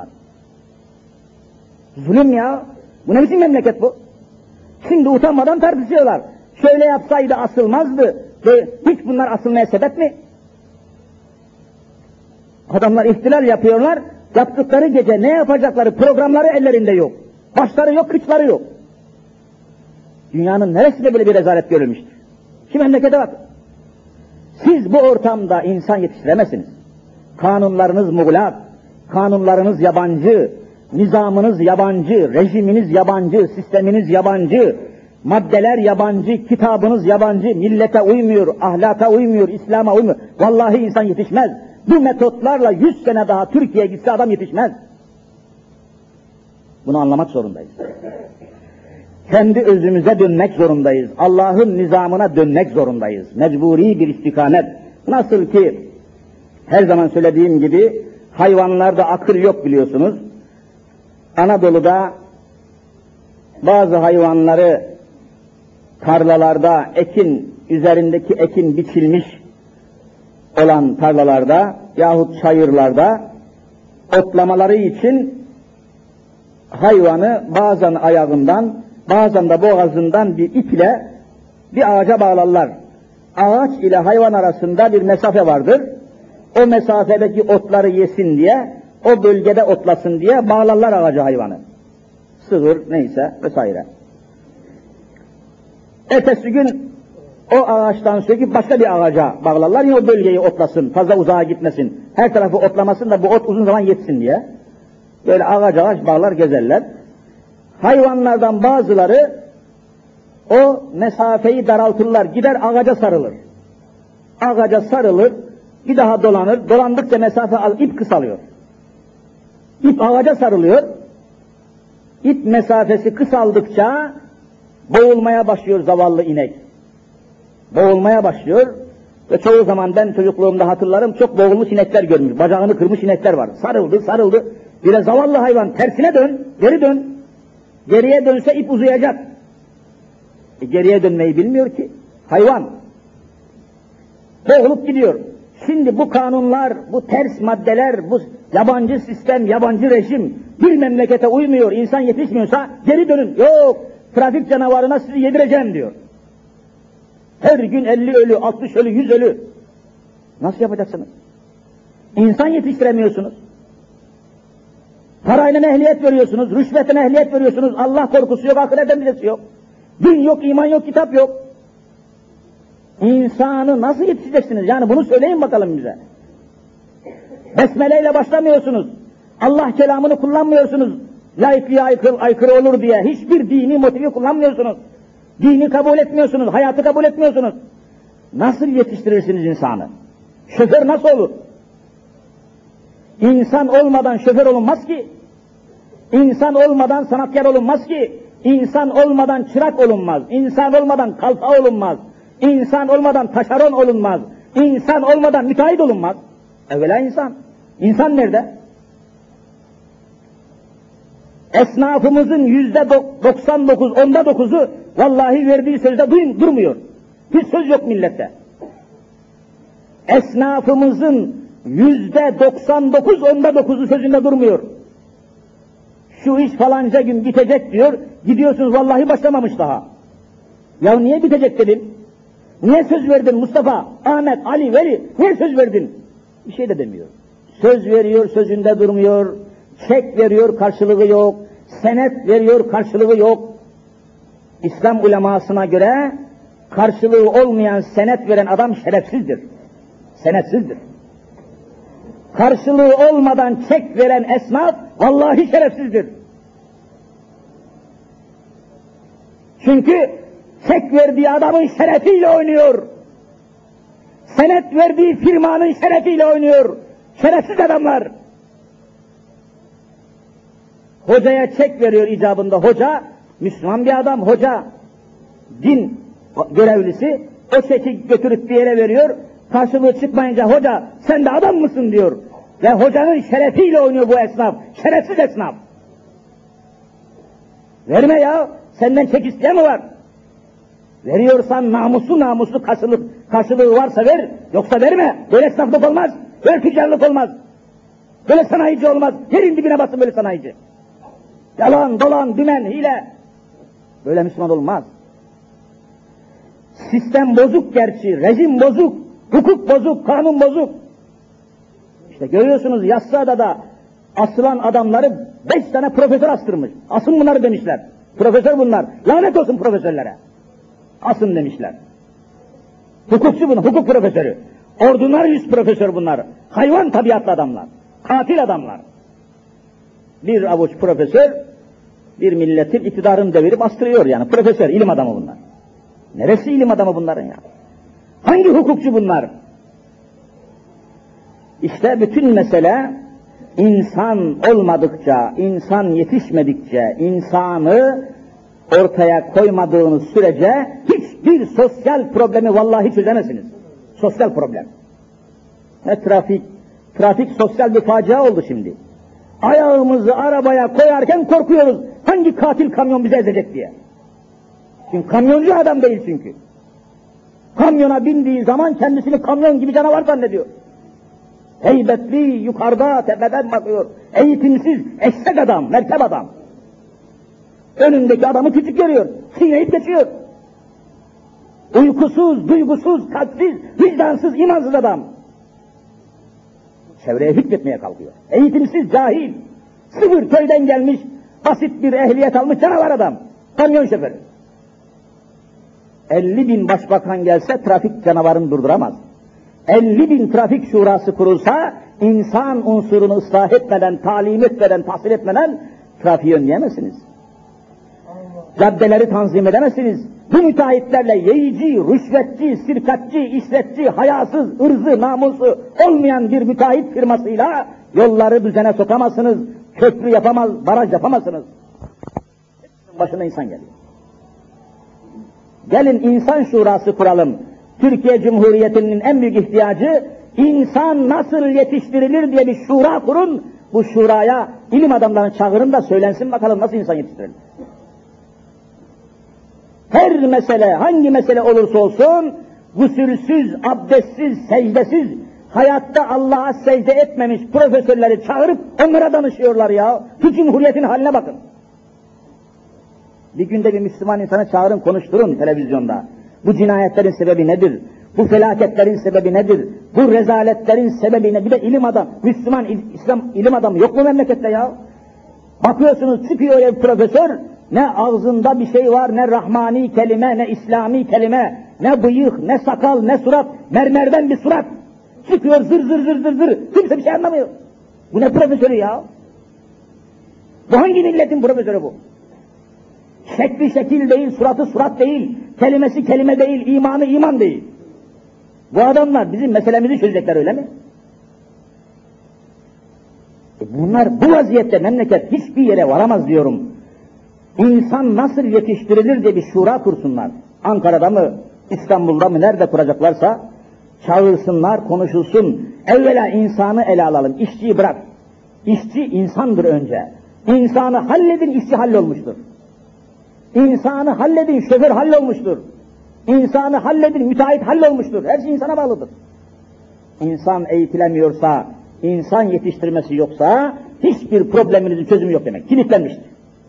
Zulüm ya. Bu ne biçim memleket bu? Şimdi utanmadan tartışıyorlar. Şöyle yapsaydı asılmazdı. Hiç bunlar asılmaya sebep mi? Adamlar ihtilal yapıyorlar. Yaptıkları gece ne yapacakları programları ellerinde yok. Başları yok, kıçları yok. Dünyanın neresinde böyle bir rezalet görülmüştür? Şu memlekete bak. Siz bu ortamda insan yetiştiremezsiniz. Kanunlarınız muğlak, kanunlarınız yabancı, nizamınız yabancı, rejiminiz yabancı, sisteminiz yabancı, maddeler yabancı, kitabınız yabancı, millete uymuyor, ahlaka uymuyor, İslam'a uymuyor. Vallahi insan yetişmez. Bu metotlarla 100 sene daha Türkiye'ye gitse adam yetişmez. Bunu anlamak zorundayız. Kendi özümüze dönmek zorundayız. Allah'ın nizamına dönmek zorundayız. Mecburi bir istikamet. Nasıl ki her zaman söylediğim gibi hayvanlarda akıl yok biliyorsunuz. Anadolu'da bazı hayvanları tarlalarda üzerindeki ekin biçilmiş olan tarlalarda yahut çayırlarda otlamaları için hayvanı bazen ayağından, bazen de boğazından bir iple bir ağaca bağlarlar. Ağaç ile hayvan arasında bir mesafe vardır. O mesafedeki otları yesin diye, o bölgede otlasın diye bağlarlar ağaca hayvanı. Sığır neyse vesaire. Ertesi gün o ağaçtan söküp başka bir ağaca bağlarlar, yine o bölgeyi otlasın, fazla uzağa gitmesin. Her tarafı otlamasın da bu ot uzun zaman yetsin diye. Böyle ağaç bağlar gezerler. Hayvanlardan bazıları o mesafeyi daraltırlar, gider ağaca sarılır. Ağaca sarılır, bir daha dolanır, dolandıkça mesafe ip kısalıyor. İp ağaca sarılıyor, ip mesafesi kısaldıkça boğulmaya başlıyor zavallı inek. Boğulmaya başlıyor ve çoğu zaman ben çocukluğumda hatırlarım, çok boğulmuş inekler görmüş, bacağını kırmış inekler var. Sarıldı, bir de zavallı hayvan tersine dön, geri dön. Geriye dönse ip uzayacak. Geriye dönmeyi bilmiyor ki. Hayvan. Boğulup gidiyor. Şimdi bu kanunlar, bu ters maddeler, bu yabancı sistem, yabancı rejim bir memlekete uymuyor, insan yetişmiyorsa geri dönün. Yok, trafik canavarına sizi yedireceğim diyor. Her gün 50 ölü, 60 ölü, 100 ölü. Nasıl yapacaksınız? İnsan yetiştiremiyorsunuz. Parayla ehliyet veriyorsunuz, rüşvetle ehliyet veriyorsunuz, Allah korkusu yok, ahiret endişesi yok. Din yok, iman yok, kitap yok. İnsanı nasıl yetiştireceksiniz? Yani bunu söyleyin bakalım bize. Besmele ile başlamıyorsunuz. Allah kelamını kullanmıyorsunuz. Laikliğe aykırı olur diye. Hiçbir dini motifi kullanmıyorsunuz. Dini kabul etmiyorsunuz, hayatı kabul etmiyorsunuz. Nasıl yetiştirirsiniz insanı? Şoför nasıl olur? İnsan olmadan şoför olunmaz ki. İnsan olmadan sanatkar olunmaz ki. İnsan olmadan çırak olunmaz. İnsan olmadan kalfa olunmaz. İnsan olmadan taşeron olunmaz. İnsan olmadan müteahhit olunmaz. Evvela insan. İnsan nerede? Esnafımızın %99, onda 9'u vallahi verdiği sözde durmuyor. Hiç söz yok millette. Esnafımızın %99, onda 9'u sözünde durmuyor. Şu iş falanca gün bitecek diyor, gidiyorsunuz vallahi başlamamış daha. Ya niye bitecek dedim? Niye söz verdin Mustafa, Ahmet, Ali, Veli, niye söz verdin? Bir şey de demiyor. Söz veriyor, sözünde durmuyor. Çek veriyor, karşılığı yok. Senet veriyor, karşılığı yok. İslam ulemasına göre karşılığı olmayan senet veren adam şerefsizdir. Senetsizdir. Karşılığı olmadan çek veren esnaf vallahi şerefsizdir. Çünkü çek verdiği adamın şerefiyle oynuyor. Senet verdiği firmanın şerefiyle oynuyor. Şerefsiz adamlar. Hocaya çek veriyor icabında. Hoca, Müslüman bir adam, hoca, din görevlisi, o çeki götürüp bir yere veriyor, karşılığı çıkmayınca hoca, sen de adam mısın diyor. Ve hocanın şerefiyle oynuyor bu esnaf, şerefsiz esnaf. Verme ya, senden çek isteyen mi var? Veriyorsan namuslu karşılığı varsa ver, yoksa verme. Böyle esnaflık olmaz, böyle tüccarlık olmaz. Böyle sanayici olmaz, yerin dibine basın böyle sanayici. Yalan, dolan, dümen, hile. Böyle Müslüman olmaz. Sistem bozuk gerçi, rejim bozuk, hukuk bozuk, kanun bozuk. İşte görüyorsunuz Yassıada'da asılan adamları 5 tane profesör astırmış. Asın bunları demişler. Profesör bunlar. Lanet olsun profesörlere. Asın demişler. Hukukçu bunlar, hukuk profesörü. Ordinarius profesör bunlar. Hayvan tabiatlı adamlar. Katil adamlar. Bir avuç profesör, bir milletin iktidarını devirip astırıyor yani. Profesör, ilim adamı bunlar. Neresi ilim adamı bunların ya? Hangi hukukçu bunlar? İşte bütün mesele insan olmadıkça, insan yetişmedikçe, insanı ortaya koymadığınız sürece hiçbir sosyal problemi vallahi çözemezsiniz. Sosyal problem. Trafik sosyal bir facia oldu şimdi. Ayağımızı arabaya koyarken korkuyoruz. Hangi katil kamyon bizi ezecek diye. Çünkü kamyoncu adam değil çünkü. Kamyona bindiği zaman kendisini kamyon gibi canavar zannediyor. Heybetli, yukarıda, tepeden bakıyor. Eğitimsiz, eşek adam, merkep adam. Önündeki adamı küçük görüyor, çiğneyip geçiyor. Uykusuz, duygusuz, kalpsiz, vicdansız, imansız adam. Çevreye hükmetmeye kalkıyor. Eğitimsiz, cahil, sıfır köyden gelmiş, basit bir ehliyet almış canavar adam. Kamyon şoförü. 50.000 başbakan gelse trafik canavarını durduramaz. 50.000 trafik şurası kurulsa, insan unsurunu ıslah etmeden, talim etmeden, tahsil etmeden trafiği önleyemezsiniz. Caddeleri tanzim edemezsiniz. Bu müteahhitlerle yiyici, rüşvetçi, sirkatçı, işletçi, hayasız, ırzı, namusu olmayan bir müteahhit firmasıyla yolları düzene sokamazsınız, köprü yapamaz, baraj yapamazsınız. Başına insan geliyor. Gelin insan şurası kuralım. Türkiye Cumhuriyeti'nin en büyük ihtiyacı insan nasıl yetiştirilir diye bir şura kurun. Bu şuraya ilim adamlarını çağırın da söylensin bakalım nasıl insan yetiştirilir. Her mesele, hangi mesele olursa olsun, gusülsüz, abdestsiz, secdesiz, hayatta Allah'a secde etmemiş profesörleri çağırıp onlara danışıyorlar ya. Şu Cumhuriyet'in haline bakın. Bir günde bir Müslüman insanı çağırın, konuşturun televizyonda. Bu cinayetlerin sebebi nedir? Bu felaketlerin sebebi nedir? Bu rezaletlerin sebebi ne? Bir de ilim adam, Müslüman, İslam ilim adamı yok mu memlekette ya? Bakıyorsunuz çıkıyor öyle bir profesör, ne ağzında bir şey var, ne rahmani kelime, ne İslami kelime, ne bıyık, ne sakal, ne surat, mermerden bir surat. Çıkıyor zır zır zır zır zır, kimse bir şey anlamıyor. Bu ne profesörü ya? Bu hangi milletin profesörü bu? Şekli şekil değil, suratı surat değil, kelimesi kelime değil, imanı iman değil. Bu adamlar bizim meselemizi çözecekler öyle mi? Bunlar bu vaziyette memleket hiçbir yere varamaz diyorum. İnsan nasıl yetiştirilir diye bir şura kursunlar. Ankara'da mı, İstanbul'da mı, nerede kuracaklarsa çağırsınlar, konuşulsun. Evvela insanı ele alalım, işçiyi bırak. İşçi insandır önce. İnsanı halledin, işçi hallolmuştur. İnsanı halledin, şoför hallolmuştur. İnsanı halledin, müteahhit hallolmuştur. Her şey insana bağlıdır. İnsan eğitilemiyorsa, insan yetiştirmesi yoksa, hiçbir probleminizin çözümü yok demek. Kilitlenmiştir.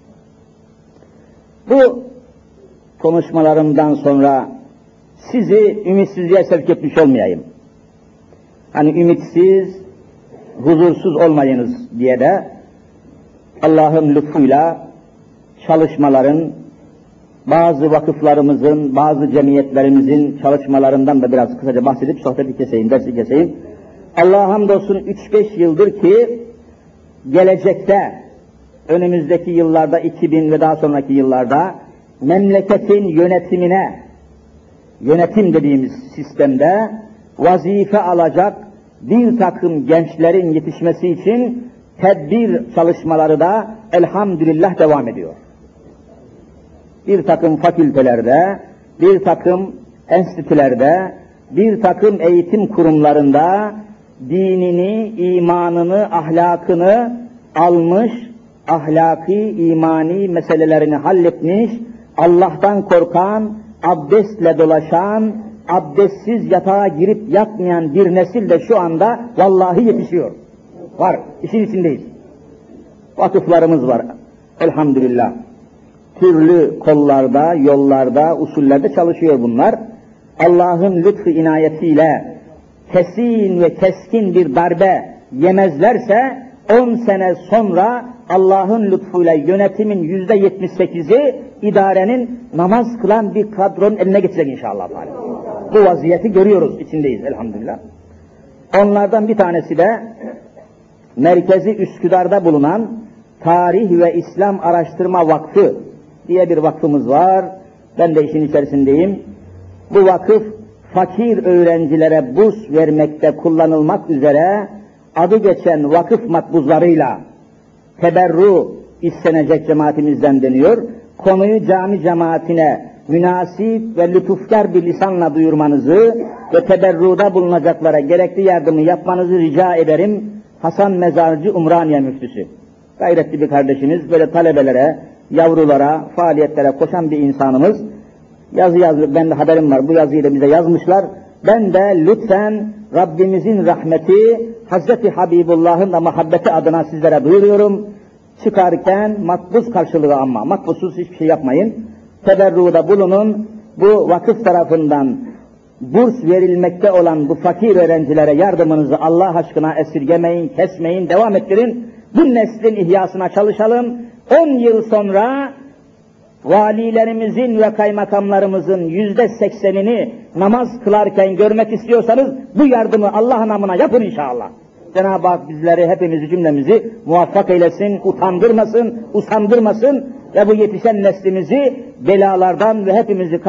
Bu konuşmalarımdan sonra sizi ümitsizliğe sevk etmiş olmayayım. Hani ümitsiz, huzursuz olmayınız diye de Allah'ın lütfuyla çalışmaların, bazı vakıflarımızın, bazı cemiyetlerimizin çalışmalarından da biraz kısaca bahsedip sohbeti keseyim, dersi keseyim. Allah'a hamdolsun 3-5 yıldır ki gelecekte, önümüzdeki yıllarda 2000 ve daha sonraki yıllarda memleketin yönetimine, yönetim dediğimiz sistemde vazife alacak bir takım gençlerin yetişmesi için tedbir çalışmaları da elhamdülillah devam ediyor. Bir takım fakültelerde, bir takım enstitülerde, bir takım eğitim kurumlarında dinini, imanını, ahlakını almış, ahlaki, imani meselelerini halletmiş, Allah'tan korkan, abdestle dolaşan, abdestsiz yatağa girip yatmayan bir nesil de şu anda vallahi yetişiyor. Var, işin içindeyiz. Vakıflarımız var, elhamdülillah. Türlü kollarda, yollarda, usullerde çalışıyor bunlar. Allah'ın lütfu inayetiyle kesin ve keskin bir darbe yemezlerse 10 sene sonra Allah'ın lütfuyla yönetimin %78'i idarenin namaz kılan bir kadronun eline geçecek inşallah. Bu vaziyeti görüyoruz, içindeyiz elhamdülillah. Onlardan bir tanesi de merkezi Üsküdar'da bulunan Tarih ve İslam Araştırma Vakfı diye bir vakfımız var. Ben de işin içerisindeyim. Bu vakıf fakir öğrencilere burs vermekte kullanılmak üzere adı geçen vakıf makbuzlarıyla teberru istenecek cemaatimizden deniyor. Konuyu cami cemaatine münasip ve lütufkar bir lisanla duyurmanızı ve teberruda bulunacaklara gerekli yardımı yapmanızı rica ederim. Hasan Mezarcı Umraniye Müftüsü. Gayretli bir kardeşimiz, böyle talebelere, yavrulara, faaliyetlere koşan bir insanımız. Yazı yazıyor, ben de haberim var, bu yazıyı da bize yazmışlar. Ben de lütfen Rabbimizin rahmeti, Hazreti Habibullah'ın da muhabbeti adına sizlere duyuruyorum. Çıkarken makbuz karşılığı ama, makbuzsuz hiçbir şey yapmayın. Teberruda bulunun, bu vakıf tarafından burs verilmekte olan bu fakir öğrencilere yardımınızı Allah aşkına esirgemeyin, kesmeyin, devam ettirin. Bu neslin ihyasına çalışalım. 10 yıl sonra valilerimizin ve kaymakamlarımızın %80'ini namaz kılarken görmek istiyorsanız bu yardımı Allah namına yapın inşallah. Cenab-ı Hak bizleri, hepimizi, cümlemizi muvaffak eylesin, utandırmasın, usandırmasın ve bu yetişen neslimizi belalardan ve hepimizi